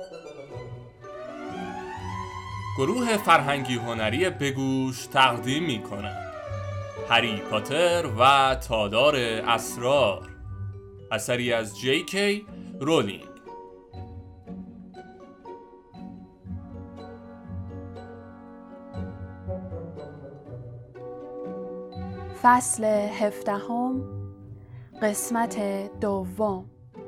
گروه فرهنگی هنری بگوش تقدیم می‌کند هری پاتر و تالار اسرار، اثری از جی.کی. رولینگ. فصل 17 قسمت 2.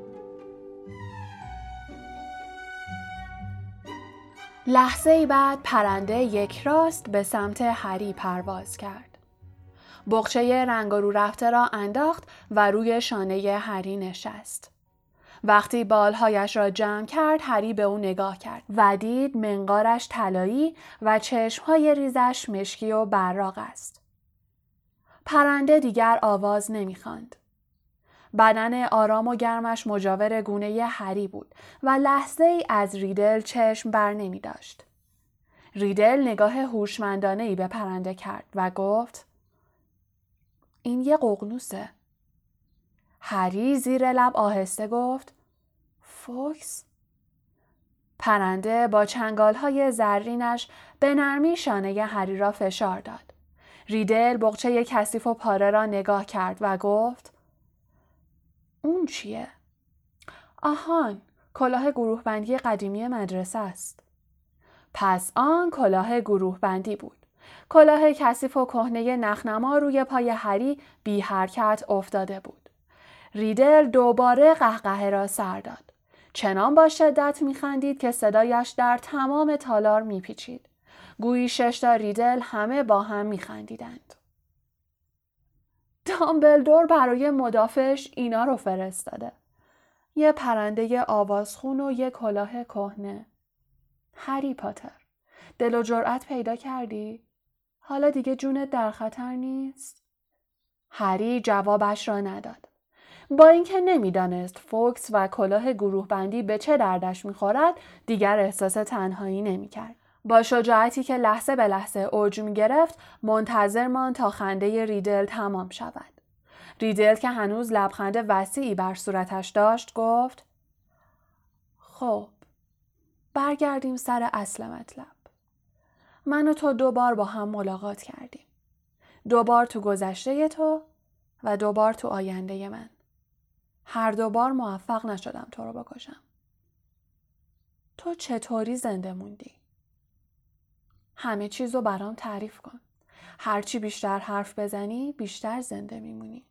لحظه‌ای بعد پرنده یک راست به سمت هری پرواز کرد. بقچه رنگ رو رفته را انداخت و روی شانه هری نشست. وقتی بالهایش را جمع کرد هری به او نگاه کرد و دید منقارش طلایی و چشمهای ریزش مشکی و براق است. پرنده دیگر آواز نمی‌خواند. بدن آرام و گرمش مجاور گونه هری بود و لحظه ای از ریدل چشم بر نمی داشت. ریدل نگاه هوشمندانه‌ای به پرنده کرد و گفت: این یه ققنوسه. هری زیر لب آهسته گفت: فوکس؟ پرنده با چنگال‌های زرینش به نرمی شانه هری را فشار داد. ریدل بقچه کثیف و پاره را نگاه کرد و گفت: اون چیه؟ آهان، کلاه گروه بندی قدیمی مدرسه است. پس آن کلاه گروه بندی بود. کلاه کثیف و کهنه نخنما روی پای هری بی حرکت افتاده بود. ریدل دوباره قهقهه را سر داد. چنان با شدت می‌خندید که صدایش در تمام تالار می‌پیچید. گویی 6 تا ریدل همه با هم می‌خندیدند. دامبلدور برای مدافعش اینا رو فرستاده. یه پرنده آوازخون و یه کلاه کهنه. هری پاتر، دل و جرأت پیدا کردی؟ حالا دیگه جونت در خطر نیست؟ هری جوابش را نداد. با اینکه نمیدانست فوکس و کلاه گروه بندی به چه دردش میخورد، دیگر احساس تنهایی نمیکرد. با شجاعتی که لحظه به لحظه اوج میگرفت، منتظر ماند تا خنده ریدل تمام شود. ریدل که هنوز لبخند وسیعی بر صورتش داشت گفت: خب، برگردیم سر اصل مطلب. من و تو 2 بار با هم ملاقات کردیم. 2 بار تو گذشته تو و 2 بار تو آینده من. هر 2 بار موفق نشدم تو رو بکشم. تو چطوری زنده موندی؟ همه چیزو برام تعریف کن. هرچی بیشتر حرف بزنی بیشتر زنده میمونی.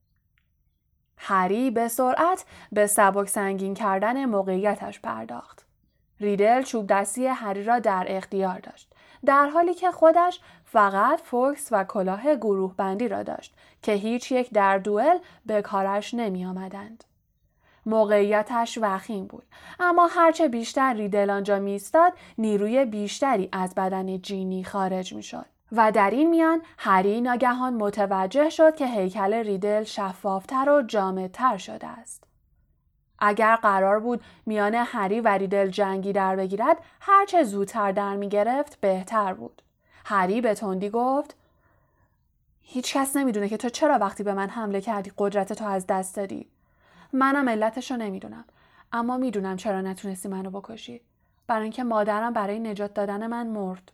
هری به سرعت به سبک سنگین کردن موقعیتش پرداخت. ریدل چوب دستی هری را در اختیار داشت، در حالی که خودش فقط فوکس و کلاه گروه بندی را داشت که هیچ یک در دوئل به کارش نمی آمدند. موقعیتش وخیم بود، اما هرچه بیشتر ریدل آنجا می ایستاد، نیروی بیشتری از بدن جینی خارج می شد. و در این میان هری ناگهان متوجه شد که هیکل ریدل شفافتر و جامدتر شده است. اگر قرار بود میان هری و ریدل جنگی در بگیرد، هرچه زودتر در می گرفت بهتر بود. هری به تندی گفت: هیچ کس نمیدونه که تو چرا وقتی به من حمله کردی قدرت تو از دست دادی. منم علتشو نمیدونم، اما میدونم چرا نتونستی منو بکشی. برای اینکه مادرم برای نجات دادن من مرد.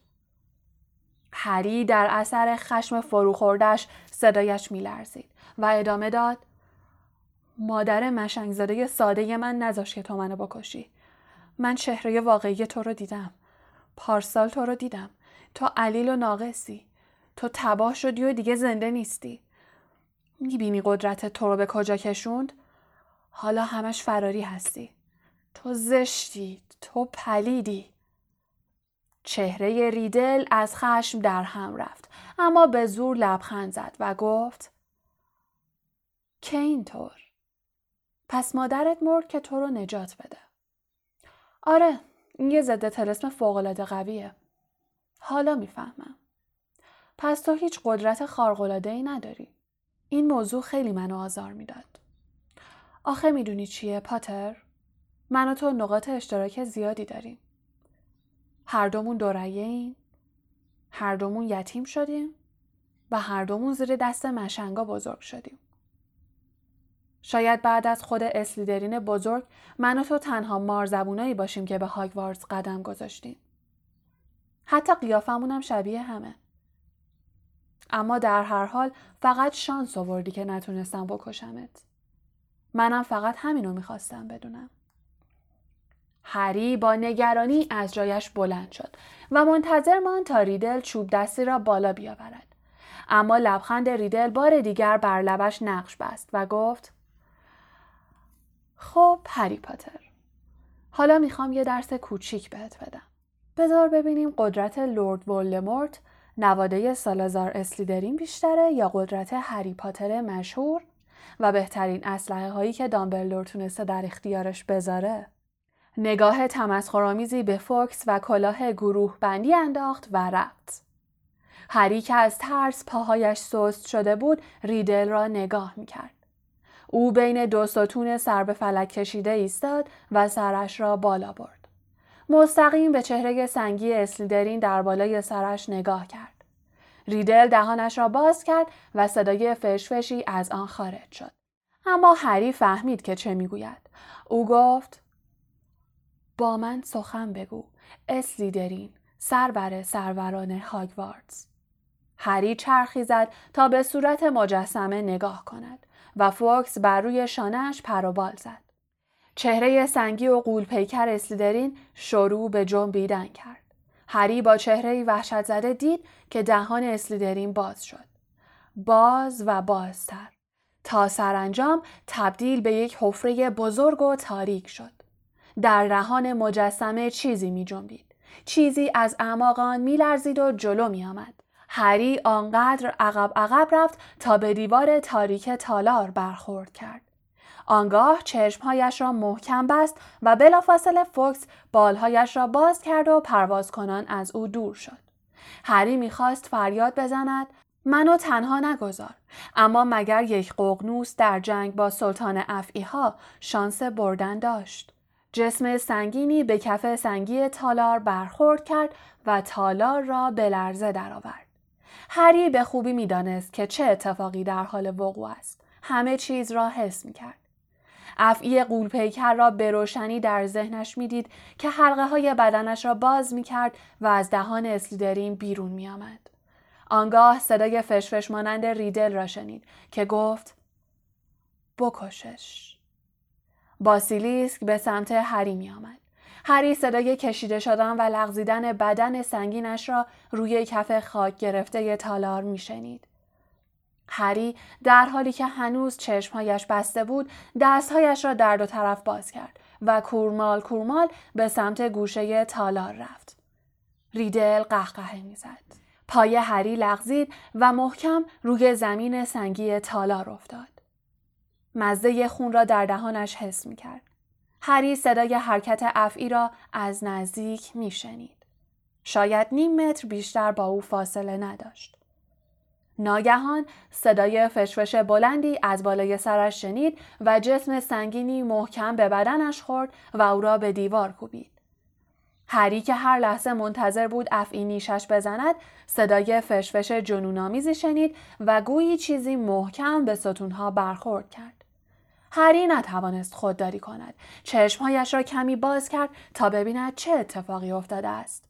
هری در اثر خشم فروخوردش صدایش میلرزید و ادامه داد: مادر مشنگزاده ساده من نذاشت که تو منو بکشی. من چهره واقعی تو رو دیدم. پارسال تو رو دیدم. تو علیل و ناقصی. تو تباه شدی و دیگه زنده نیستی. میبینی قدرت تو رو به کجا کشوند؟ حالا همش فراری هستی. تو زشتی. تو پلیدی. چهره ریدل از خشم در هم رفت، اما به زور لبخند زد و گفت: که اینطور؟ پس مادرت مرد که تو رو نجات بده. آره، این یه ضد طلسم فوق‌العاده قویه. حالا میفهمم. پس تو هیچ قدرت خارق‌العاده‌ای نداری. این موضوع خیلی منو آزار میداد. آخه میدونی چیه پاتر؟ من و تو نقاط اشتراک زیادی داریم. هر دومون دوره‌اییم، هر دومون یتیم شدیم و هر دومون زیر دست مشنگا بزرگ شدیم. شاید بعد از خود اسلیدرین بزرگ من و تو تنها مارزبونایی باشیم که به هاگوارتس قدم گذاشتیم. حتی قیافمونم شبیه همه. اما در هر حال فقط شانس آوردی که نتونستم بکشمت. منم فقط همینو میخواستم بدونم. هری با نگرانی از جایش بلند شد و منتظر ماند تا ریدل چوب دستی را بالا بیاورد. اما لبخند ریدل بار دیگر بر لبش نقش بست و گفت: خب هری پاتر، حالا میخوام یه درس کوچیک بهت بدم. بذار ببینیم قدرت لرد ولدمورت نواده سالازار اسلیدرین بیشتره یا قدرت هری پاتر مشهور و بهترین اسلحه هایی که دامبلدور تونسته در اختیارش بذاره. نگاه تمسخرآمیزی به فوکس و کلاه گروه بندی انداخت و رفت. هری که از ترس پاهایش سست شده بود ریدل را نگاه میکرد. او بین دو ستون سر به فلک کشیده ایستاد و سرش را بالا برد. مستقیم به چهره سنگی اسلیدرین در بالای سرش نگاه کرد. ریدل دهانش را باز کرد و صدای فشفشی از آن خارج شد. اما هری فهمید که چه میگوید. او گفت: با من سخن بگو، اسلیدرین، سرور سروران هاگوارتس. هری چرخی زد تا به صورت مجسمه نگاه کند و فوکس بر روی شانه‌اش پر و بال زد. چهره سنگی و غول پیکر اسلیدرین شروع به جنبیدن کرد. هری با چهره‌ای وحشت زده دید که دهان اسلیدرین باز شد. باز و بازتر تا سرانجام تبدیل به یک حفره بزرگ و تاریک شد. در دهان مجسمه چیزی می جنبید. چیزی از اعماق آن می لرزید و جلو می آمد. هری آنقدر عقب رفت تا به دیوار تاریک تالار برخورد کرد. آنگاه چشمهایش را محکم بست و بلافاصله فوکس بالهایش را باز کرد و پرواز کنان از او دور شد. هری می‌خواست فریاد بزند: منو تنها نگذار. اما مگر یک ققنوس در جنگ با سلطان افعی‌ها شانس بردن داشت؟ جسم سنگینی به کف سنگی تالار برخورد کرد و تالار را به لرزه درآورد. هری به خوبی می‌دانست که چه اتفاقی در حال وقوع است. همه چیز را حس می‌کرد. افعی غول‌پیکر را به روشنی در ذهنش می‌دید که حلقه‌های بدنش را باز می‌کرد و از دهان اسلیدرین بیرون می‌آمد. آنگاه صدای فشفش مانند ریدل را شنید که گفت: بکشش. باسیلیسک به سمت هری می‌آمد. هری صدای کشیده شدن و لغزیدن بدن سنگینش را روی کف خاک گرفته تالار می‌شنید. هری در حالی که هنوز چشمهایش بسته بود دستهایش را در دو طرف باز کرد و کورمال به سمت گوشه تالار رفت. ریدل قهقهه می‌زد. پای هری لغزید و محکم روی زمین سنگی تالار افتاد. مزه خون را در دهانش حس می‌کرد. هری صدای حرکت افعی را از نزدیک می‌شنید. شاید نیم متر بیشتر با او فاصله نداشت. ناگهان صدای فشفش بلندی از بالای سرش شنید و جسم سنگینی محکم به بدنش خورد و او را به دیوار کوبید. هری که هر لحظه منتظر بود افعی نیشش بزند، صدای فشفش جنون‌آمیزی شنید و گویی چیزی محکم به ستونها برخورد کرد. هری نتوانست خودداری کند. چشمهایش را کمی باز کرد تا ببیند چه اتفاقی افتاده است.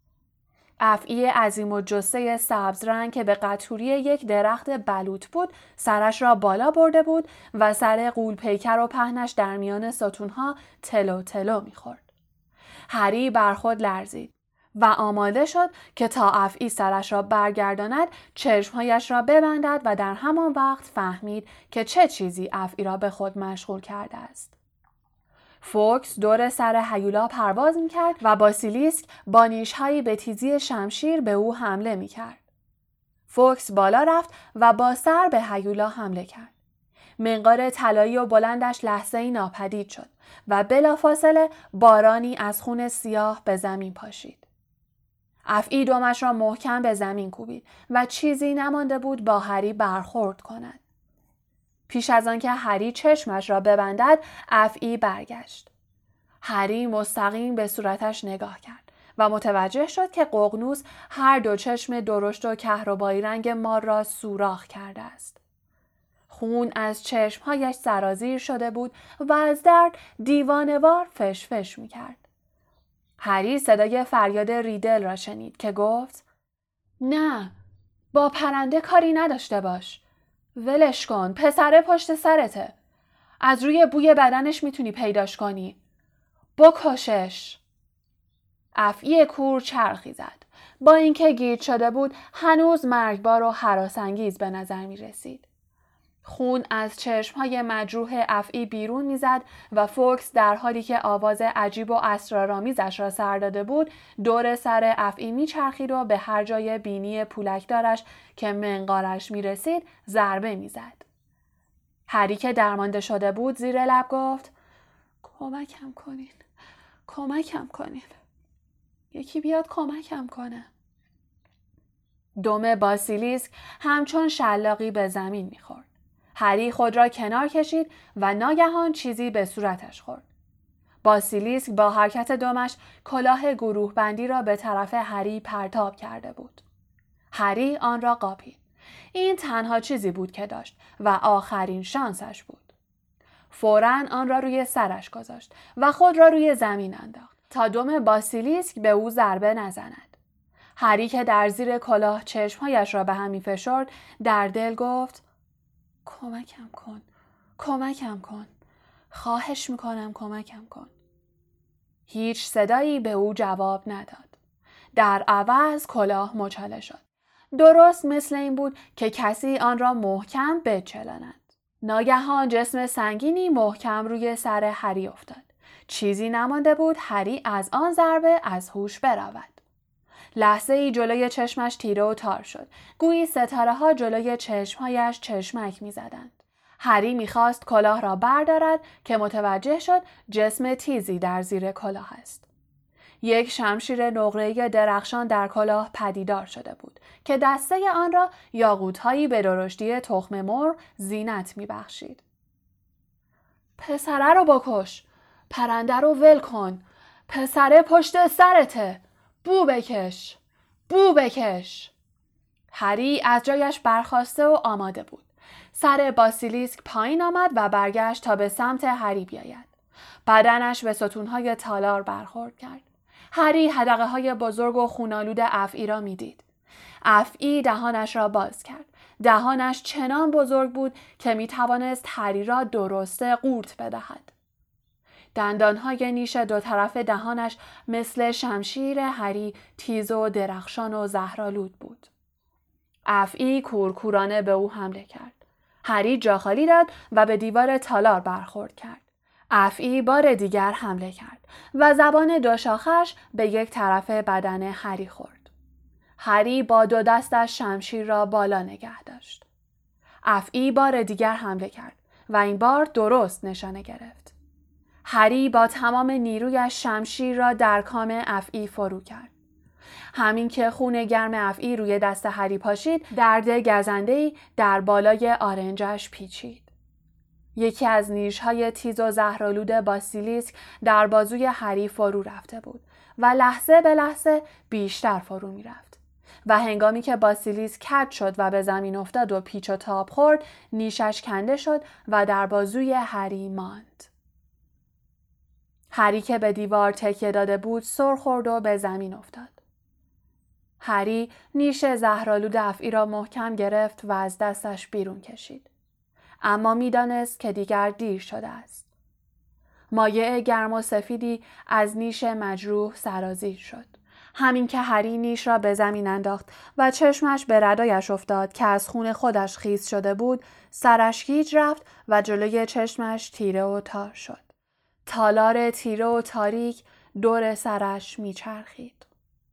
افعی عظیم و جثه سبز رنگ که به قطوری یک درخت بلوط بود سرش را بالا برده بود و سر غول پیکر و پهنش در میان ستونها تلو تلو می‌خورد. هری بر خود لرزید و آماده شد که تا افعی سرش را برگرداند چشمهایش را ببندد و در همان وقت فهمید که چه چیزی افعی را به خود مشغول کرده است. فوکس دور سر هیولا پرواز می‌کرد و باسیلیسک با نیش‌هایی به تیزی شمشیر به او حمله می‌کرد. فوکس بالا رفت و با سر به هیولا حمله کرد. منقار طلایی و بلندش لحظه‌ای ناپدید شد و بلافاصله بارانی از خون سیاه به زمین پاشید. افعی دمش را محکم به زمین کوبید و چیزی نمانده بود با هری برخورد کند. پیش از آن که هری چشمش را ببندد، افعی برگشت. هری مستقیم به صورتش نگاه کرد و متوجه شد که ققنوس هر دو چشم درشت و کهربایی رنگ مار را سوراخ کرده است. خون از چشمهایش سرازیر شده بود و از درد دیوانه‌وار فشفش می‌کرد. هری صدای فریاد ریدل را شنید که گفت: نه، با پرنده کاری نداشته باش. ولش کن، پسره پشت سرته. از روی بوی بدنش میتونی پیداش کنی. بکشش. افعی کور چرخی زد. با اینکه گیج شده بود هنوز مرگبار و هراس‌انگیز به نظر می رسید. خون از چشمهای مجروح افعی بیرون می زد و فوکس در حالی که آواز عجیب و اسرارآمیزش را سر داده بود دور سر افعی می چرخید و به هر جای بینی پولکدارش که منقارش می رسید ضربه می زد. هری که درمانده شده بود زیر لب گفت: کمکم کنین. کمکم کنین. یکی بیاد کمکم کنه. دم باسیلیسک همچون شلاقی به زمین می‌خورد. هری خود را کنار کشید و ناگهان چیزی به صورتش خورد. باسیلیسک با حرکت دمش کلاه گروه بندی را به طرف هری پرتاب کرده بود. هری آن را قاپید. این تنها چیزی بود که داشت و آخرین شانسش بود. فوراً آن را روی سرش گذاشت و خود را روی زمین انداخت تا دم باسیلیسک به او ضربه نزند. هری که در زیر کلاه چشمهایش را به هم می‌فشرد در دل گفت: کمکم کن. کمکم کن. خواهش می‌کنم کمکم کن. هیچ صدایی به او جواب نداد. در عوض کلاه مچاله شد. درست مثل این بود که کسی آن را محکم بچلاند. ناگهان جسم سنگینی محکم روی سر هری افتاد. چیزی نمانده بود هری از آن ضربه از هوش برود. لحظه ای جلوی چشمش تیره و تار شد. گویی ستاره ها جلوی چشمهایش چشمک می زدند. هری می خواست کلاه را بردارد که متوجه شد جسم تیزی در زیر کلاه است. یک شمشیر نقره‌ای درخشان در کلاه پدیدار شده بود که دسته آن را یاقوت‌هایی به درشتی تخم مرغ زینت می‌بخشید. پسره رو بکش. پرنده رو ول کن. پسره پشت سرته. بو بکش. بو بکش. هری از جایش برخاسته و آماده بود. سر باسیلیسک پایین آمد و برگشت تا به سمت هری بیاید. بدنش به ستونهای تالار برخورد کرد. هری حدقه‌های بزرگ و خونالود افعی را می‌دید. افعی دهانش را باز کرد. دهانش چنان بزرگ بود که می‌توانست هری را درسته قورت بدهد. دندانهای نیش دو طرف دهانش مثل شمشیر هری تیز و درخشان و زهرآلود بود. افعی کورکورانه به او حمله کرد. هری جا خالی داد و به دیوار تالار برخورد کرد. افعی بار دیگر حمله کرد و زبان دو شاخش به یک طرف بدن هری خورد. هری با دو دستش شمشیر را بالا نگه داشت. افعی بار دیگر حمله کرد و این بار درست نشانه گرفت. هری با تمام نیرویش شمشیر را در کام افعی فرو کرد. همین که خون گرم افعی روی دست هری پاشید، درد گزنده‌ای در بالای آرنجش پیچید. یکی از نیش‌های تیز و زهرآلود باسیلیسک در بازوی هری فرو رفته بود و لحظه به لحظه بیشتر فرو می‌رفت. و هنگامی که باسیلیسک کج شد و به زمین افتاد و پیچ و تاب خورد، نیشش کنده شد و در بازوی هری ماند. هری که به دیوار تکیه داده بود سر خورد و به زمین افتاد. هری نیش زهرآلود افعی را محکم گرفت و از دستش بیرون کشید. اما می‌دانست که دیگر دیر شده است. مایع گرم و سفیدی از نیش مجروح سرازیر شد. همین که هری نیش را به زمین انداخت و چشمش به ردایش افتاد که از خون خودش خیس شده بود، سرش گیج رفت و جلوی چشمش تیره و تار شد. تالار تیره و تاریک دور سرش میچرخید.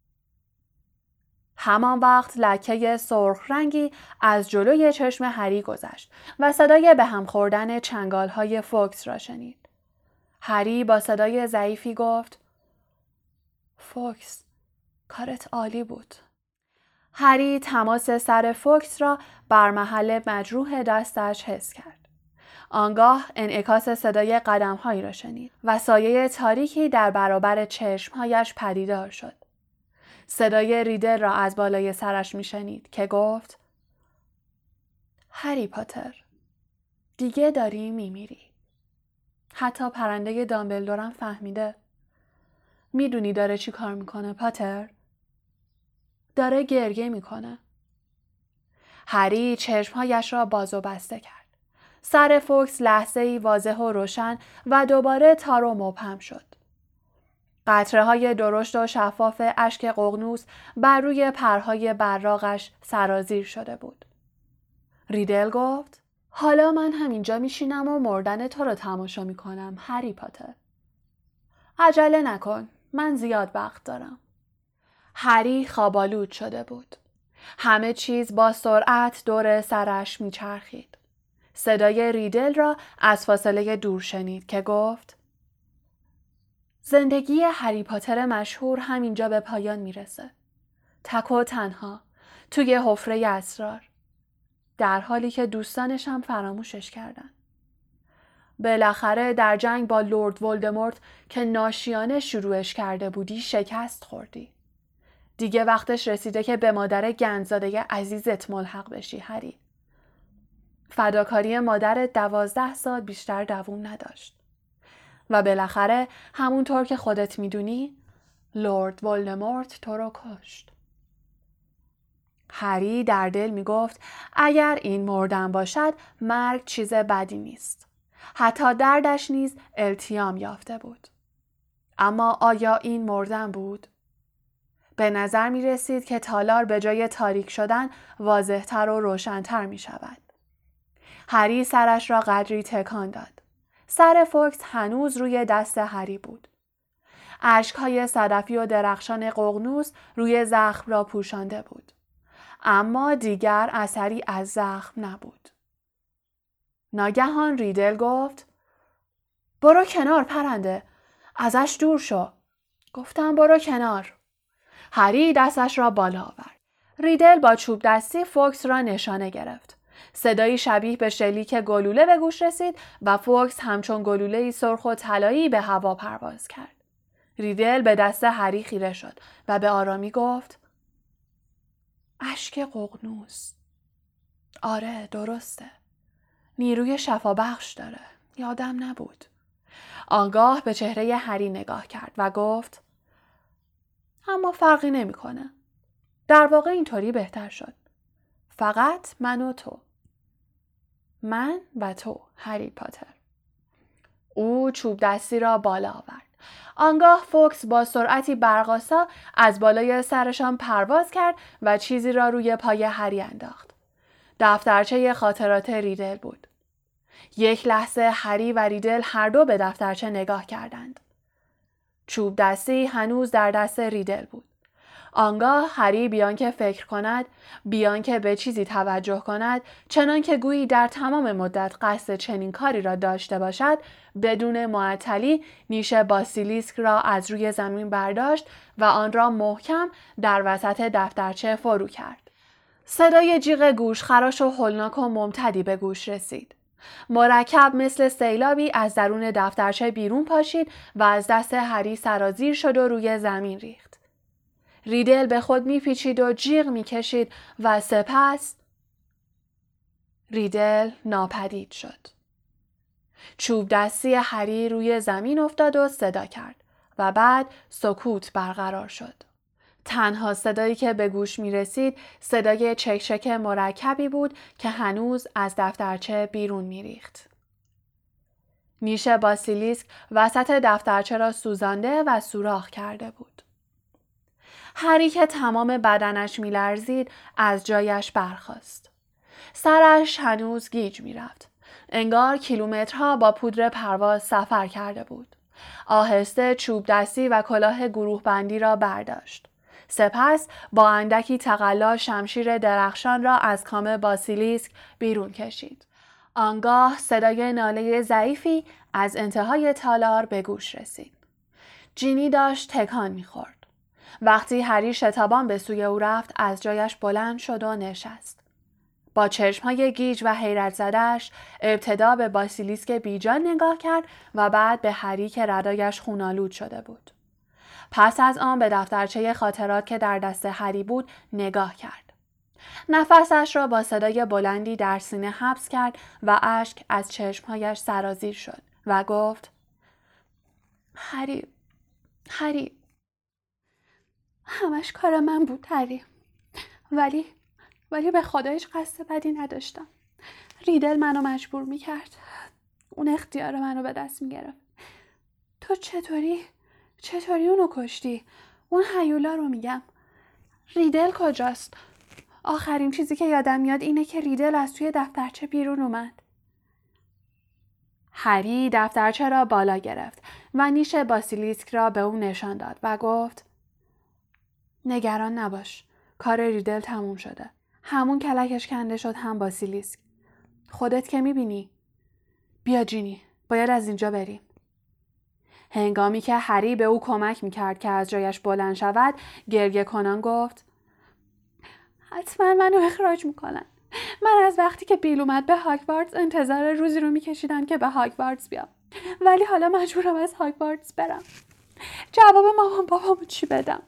همان وقت لکه سرخ رنگی از جلوی چشم هری گذشت و صدای به هم خوردن چنگال‌های فوکس را شنید. هری با صدای ضعیفی گفت: فوکس، کارت عالی بود. هری تماس سر فوکس را بر محل مجروح دستش حس کرد. آنگاه انعکاس صدای قدم‌هایی را شنید و سایه تاریکی در برابر چشم‌هایش پدیدار شد. صدای ریدل را از بالای سرش می‌شنید که گفت: هری پاتر، دیگه داری میمیری. حتی پرنده دامبلدورم فهمیده. میدونی داره چی کار میکنه پاتر؟ داره گریه میکنه. هری چشمهایش را باز و بسته کرد. سر فوکس لحظه‌ای واضح و روشن و دوباره تار و مبهم شد. قطره‌های درشت و شفاف اشک ققنوس بر روی پرهای براقش سرازیر شده بود. ریدل گفت: حالا من همینجا میشینم و مردن تو رو تماشا میکنم هری پاتر. عجله نکن، من زیاد وقت دارم. هری خوابالود شده بود. همه چیز با سرعت دور سرش میچرخید. صدای ریدل را از فاصله دور شنید که گفت: زندگی هری پاتر مشهور همینجا به پایان میرسه. تک و تنها، توی حفره اسرار. در حالی که دوستانش هم فراموشش کردن. بالاخره در جنگ با لورد ولدمورت که ناشیانه شروعش کرده بودی شکست خوردی. دیگه وقتش رسیده که به مادر گندزاده عزیزت ملحق بشی هری. فداکاری مادرت 12 سال بیشتر دوام نداشت. و بالاخره همونطور که خودت میدونی لورد ولدمورت تو رو کشت. هری در دل میگفت اگر این مردن باشد مرگ چیز بدی نیست. حتی دردش نیز التیام یافته بود. اما آیا این مردن بود؟ به نظر می رسید که تالار به جای تاریک شدن واضح‌تر و روشن‌تر می شود. هری سرش را قدری تکان داد. سر فوکس هنوز روی دست هری بود. اشک‌های صدفی و درخشان ققنوس روی زخم را پوشانده بود. اما دیگر اثری از زخم نبود. ناگهان ریدل گفت: برو کنار پرنده. ازش دور شو. گفتم برو کنار. هری دستش را بالا آورد. ریدل با چوب دستی فوکس را نشانه گرفت. صدایی شبیه به شلیک گلوله به گوش رسید و فوکس همچون گلوله‌ای سرخ و طلایی به هوا پرواز کرد. ریدل به دست هری خیره شد و به آرامی گفت: اشک ققنوس. آره درسته. نیروی شفابخش داره. یادم نبود. آنگاه به چهره هری نگاه کرد و گفت: اما فرقی نمیکنه. در واقع اینطوری بهتر شد. فقط من و تو. من و تو هری پاتر. او چوب دستی را بالا آورد. آنگاه فوکس با سرعتی برق‌آسا از بالای سرشان پرواز کرد و چیزی را روی پای هری انداخت. دفترچه خاطرات ریدل بود. یک لحظه هری و ریدل هر دو به دفترچه نگاه کردند. چوب دستی هنوز در دست ریدل بود. آنگاه هری بیان که فکر کند، بیان که به چیزی توجه کند، چنان که گویی در تمام مدت قصد چنین کاری را داشته باشد، بدون معطلی نیش باسیلیسک را از روی زمین برداشت و آن را محکم در وسط دفترچه فرو کرد. صدای جیغ گوشخراش و هولناک و ممتدی به گوش رسید. مرکب مثل سیلابی از درون دفترچه بیرون پاشید و از دست هری سرازیر شد و روی زمین ریخت. ریدل به خود میپیچید و جیغ میکشید و سپس ریدل ناپدید شد. چوب دستی هری روی زمین افتاد و صدا کرد و بعد سکوت برقرار شد. تنها صدایی که به گوش می رسید صدای چکچک مرکبی بود که هنوز از دفترچه بیرون می ریخت. نیش باسیلیسک وسط دفترچه را سوزانده و سوراخ کرده بود. هری که تمام بدنش می لرزید از جایش برخاست. سرش هنوز گیج می رفت. انگار کیلومترها با پودر پرواز سفر کرده بود. آهسته چوب دستی و کلاه گروه بندی را برداشت. سپس با اندکی تقلا شمشیر درخشان را از کام باسیلیسک بیرون کشید. آنگاه صدای ناله ضعیفی از انتهای تالار به گوش رسید. جینی داشت تکان می‌خورد. وقتی هری شتابان به سوی او رفت از جایش بلند شد و نشست. با چشمهای گیج و حیرت زده‌اش ابتدا به باسیلیسک بیجان نگاه کرد و بعد به هری که ردایش خونالود شده بود. پس از آن به دفترچه خاطرات که در دست هری بود نگاه کرد. نفسش را با صدای بلندی در سینه حبس کرد و اشک از چشمهایش سرازیر شد و گفت هری همش کار من بود هری، ولی به خدا هیچ قصد بدی نداشتم. ریدل منو مجبور میکرد. اون اختیار منو به دست میگرفت. تو چطوری اونو کشتی؟ اون هیولا رو میگم. ریدل کجاست؟ آخرین چیزی که یادم میاد اینه که ریدل از توی دفترچه بیرون اومد. هری دفترچه را بالا گرفت و نیش باسیلیسک را به اون نشان داد و گفت نگران نباش. کار ریدل تموم شده. همون کلکش کنده شد هم باسیلیسک. خودت که میبینی. بیا جینی. باید از اینجا بریم. هنگامی که هری به او کمک میکرد که از جایش بلند شود گریه کنان گفت حتما منو اخراج میکنن. من از وقتی که بیل اومد به هاگوارتس انتظار روزی رو میکشیدم که به هاگوارتس بیام. ولی حالا مجبورم از هاگوارتس برم. جواب مامان بابامو چی بدم؟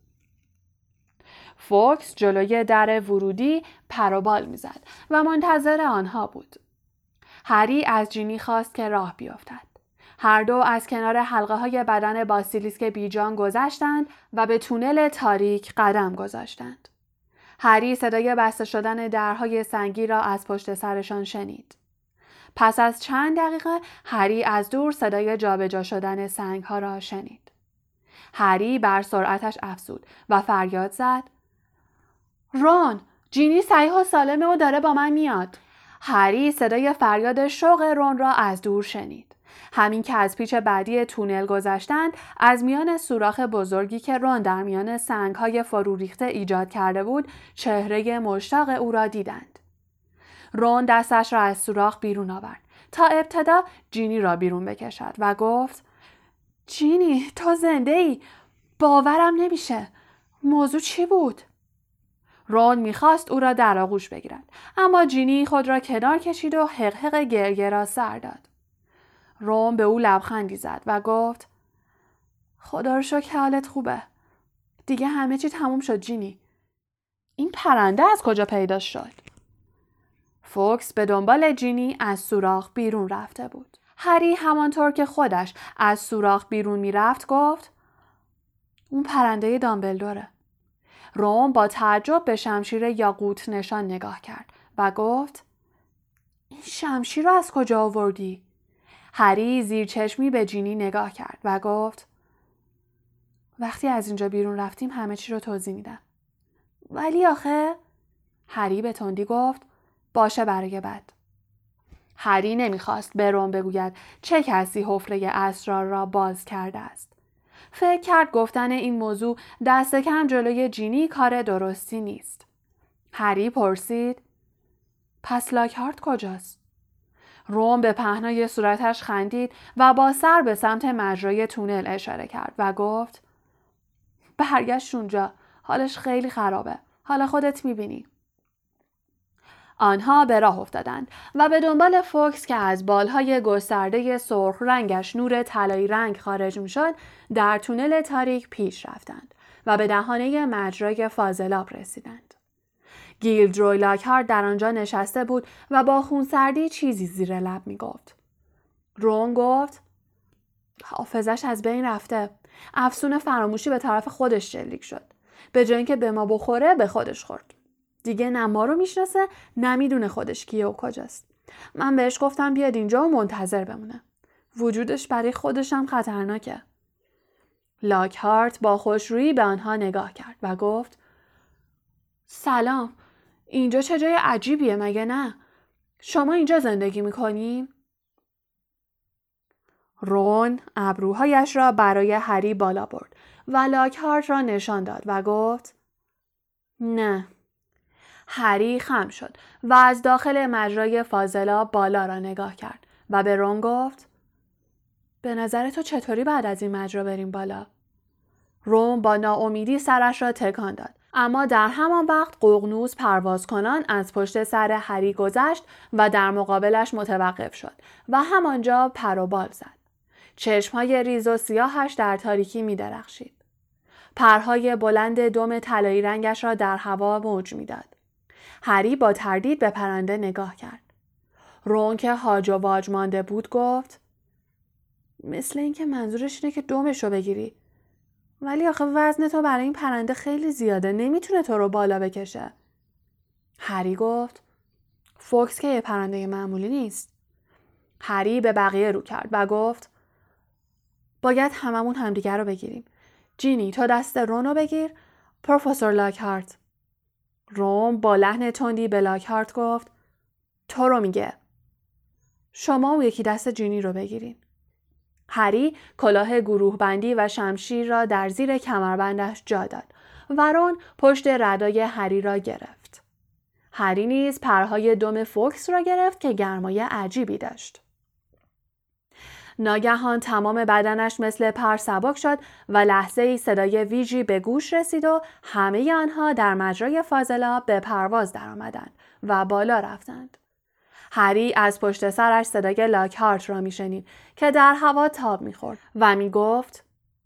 فوکس جلوی در ورودی پر و بال میزد و منتظر آنها بود. هری از جینی خواست که راه بیفتد. هر دو از کنار حلقه های بدن باسیلیسک بیجان گذشتند و به تونل تاریک قدم گذاشتند. هری صدای بسته شدن درهای سنگی را از پشت سرشان شنید. پس از چند دقیقه هری از دور صدای جابجا شدن سنگ‌ها را شنید. هری بر سرعتش افزود و فریاد زد رون، جینی صحیح و سالمه و داره با من میاد. هری صدای فریاد شوق رون را از دور شنید. همین که از پیچ بعدی تونل گذشتند، از میان سوراخ بزرگی که رون در میان سنگ‌های فرو ریخته ایجاد کرده بود، چهره مشتاق او را دیدند. رون دستش را از سوراخ بیرون آورد تا ابتدا جینی را بیرون بکشد و گفت جینی تو زنده ای؟ باورم نمیشه. موضوع چی بود؟ رون میخواست او را در آغوش بگیرد، اما جینی خود را کنار کشید و حقحق گریه را سر داد. رون به او لبخندی زد و گفت خدا رو شکر حالت خوبه. دیگه همه چی تموم شد جینی. این پرنده از کجا پیدا شد؟ فوکس به دنبال جینی از سوراخ بیرون رفته بود. هری همانطور که خودش از سوراخ بیرون میرفت گفت اون پرنده دامبلدوره. رون با تعجب به شمشیر یاقوت نشان نگاه کرد و گفت این شمشیر رو از کجا آوردی؟ هری زیر چشمی به جینی نگاه کرد و گفت وقتی از اینجا بیرون رفتیم همه چی رو توضیح میدم. ولی آخه هری به تندی گفت باشه برای بعد. هری نمیخواست به رون بگوید چه کسی حفره اسرار را باز کرده است. فکر کرد گفتن این موضوع دست کم جلوی جینی کار درستی نیست. هری پرسید پس لاکهارت کجاست؟ رون به پهنای صورتش خندید و با سر به سمت مجرای تونل اشاره کرد و گفت برگشت اونجا. حالش خیلی خرابه. حالا خودت میبینی. آنها به راه افتادند و به دنبال فوکس که از بالهای گسترده سرخ رنگش نور طلایی رنگ خارج میشد در تونل تاریک پیش رفتند و به دهانه مجرای فاضلاب رسیدند. گیلدروی لاکهارت در آنجا نشسته بود و با خونسردی چیزی زیر لب میگفت. رون گفت حافظش از بین رفته. افسون فراموشی به طرف خودش شلیک شد. به جای اینکه به ما بخوره به خودش خورد. دیگه نه ما رو میشناسه نه میدونه خودش کیه و کجاست. من بهش گفتم بیاد اینجا و منتظر بمونه. وجودش برای خودش هم خطرناکه. لاکهارت با خوشرویی به آنها نگاه کرد و گفت سلام. اینجا چه جای عجیبیه مگه نه؟ شما اینجا زندگی میکنین؟ رون ابروهایش را برای هری بالا برد و لاکهارت را نشان داد و گفت نه. هری خم شد و از داخل مجرای فاضلاب بالا را نگاه کرد و به رون گفت به نظر تو چطوری بعد از این مجرا بریم بالا؟ رون با ناامیدی سرش را تکان داد، اما در همان وقت ققنوس پرواز کنان از پشت سر هری گذشت و در مقابلش متوقف شد و همانجا پر و بال زد. چشمهای ریز و سیاهش در تاریکی می درخشید. پرهای بلند دم طلایی رنگش را در هوا موج می داد. هری با تردید به پرنده نگاه کرد. رون که هاج و واج مانده بود گفت مثل این که منظورش اینه که دمشو بگیری. ولی آخه وزن تو برای این پرنده خیلی زیاده. نمیتونه تو رو بالا بکشه. هری گفت فوکس که یه پرنده معمولی نیست. هری به بقیه رو کرد و گفت باید هممون همدیگر رو بگیریم. جینی تو دست رون رو بگیر. پروفسور لاکهارت. رون با لحن تندی به لاکهارت گفت تو رو میگه. شما اون یکی دست جینی رو بگیرین. هری کلاه گروه بندی و شمشیر را در زیر کمربندش جا داد و رون پشت ردای هری را گرفت. هری نیز پرهای دم فوکس را گرفت که گرمای عجیبی داشت. ناگهان تمام بدنش مثل پر سبک شد و لحظه‌ای صدای ویژی به گوش رسید و همه آنها در مجرای فاضلاب به پرواز درآمدند و بالا رفتند. هری از پشت سرش صدای لاکهارت را میشنید که در هوا تاب میخورد و میگفت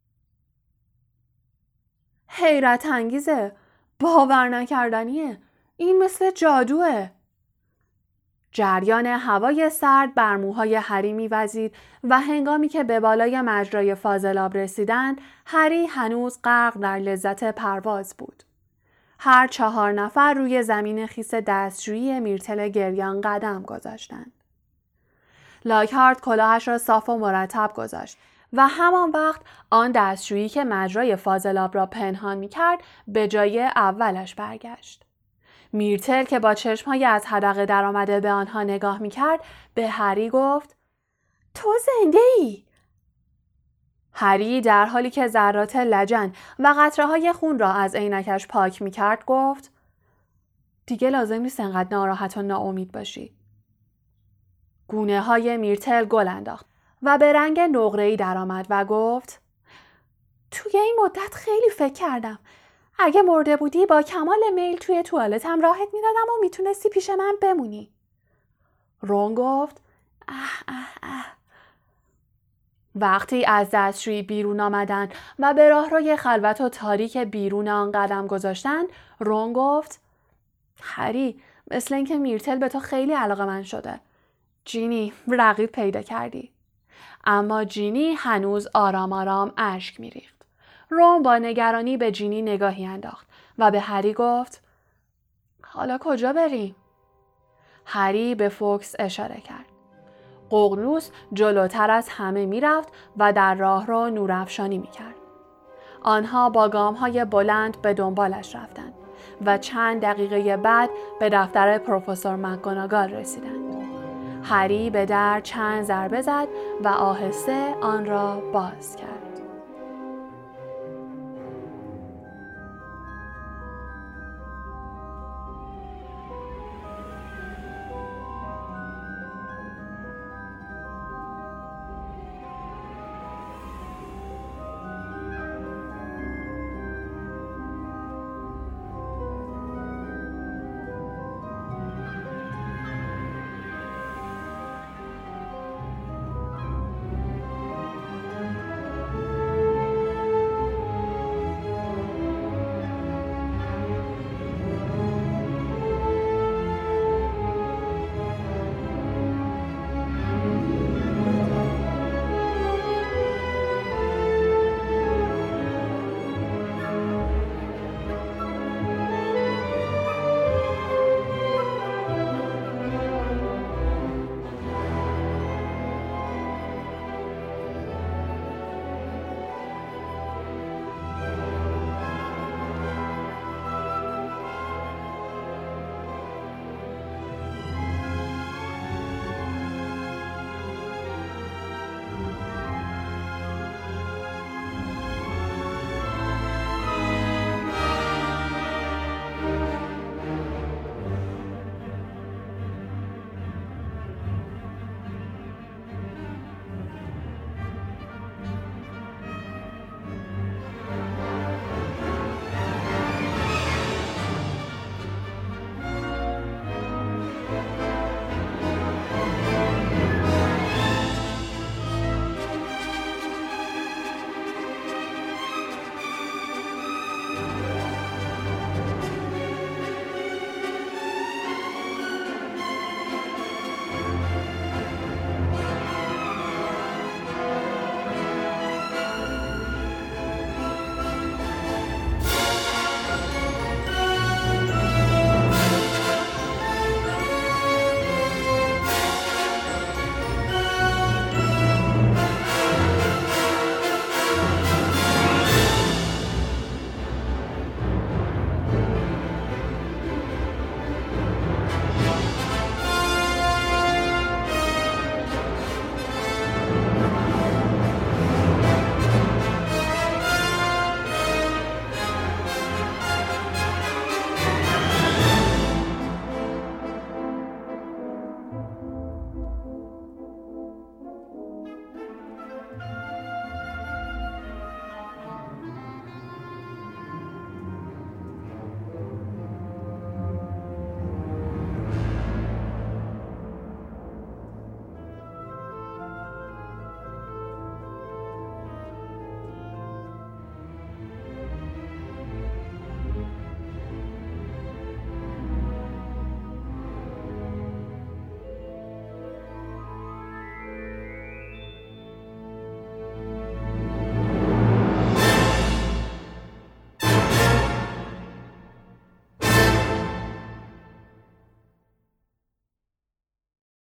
حیرت انگیزه، باور نکردنیه، این مثل جادوه. جریان هوای سرد بر موهای هری می‌وزید و هنگامی که به بالای مجرای فاضلاب رسیدند، هری هنوز غرق در لذت پرواز بود. هر 4 نفر روی زمین خیس دستشویی میرتل گریان قدم گذاشتند. لاکهارت کلاهش را صاف و مرتب گذاشت و همان وقت آن دستشویی که مجرای فاضلاب را پنهان می‌کرد به جای اولش برگشت. میرتل که با چشم‌های از حدقه درآمده به آنها نگاه می‌کرد به هری گفت تو زنده‌ای؟ هری در حالی که ذرات لجن و قطره‌های خون را از عینکش پاک می‌کرد گفت دیگه لازم نیست انقدر ناراحت و ناامید باشی. گونه‌های میرتل گل انداخت و به رنگ نقره‌ای درآمد و گفت توی این مدت خیلی فکر کردم. اگه مرده بودی با کمال میل توی توالتم راحت میدادم و میتونستی پیش من بمونی. رون گفت وقتی از دستشویی بیرون آمدن و به راهروی خلوت و تاریک بیرون آن قدم گذاشتن، رون گفت هری مثل اینکه میرتل به تو خیلی علاقه‌مند شده. جینی رقیب پیدا کردی. اما جینی هنوز آرام آرام اشک میریخت. رون با نگرانی به جینی نگاهی انداخت و به هری گفت حالا کجا بریم؟ هری به فوکس اشاره کرد. ققنوس جلوتر از همه میرفت و در راه رو نورافشانی میکرد. آنها با گام‌های بلند به دنبالش رفتند و چند دقیقه بعد به دفتر پروفسور مکگوناگال رسیدند. هری به در چند ضربه زد و آهسته آن را باز کرد.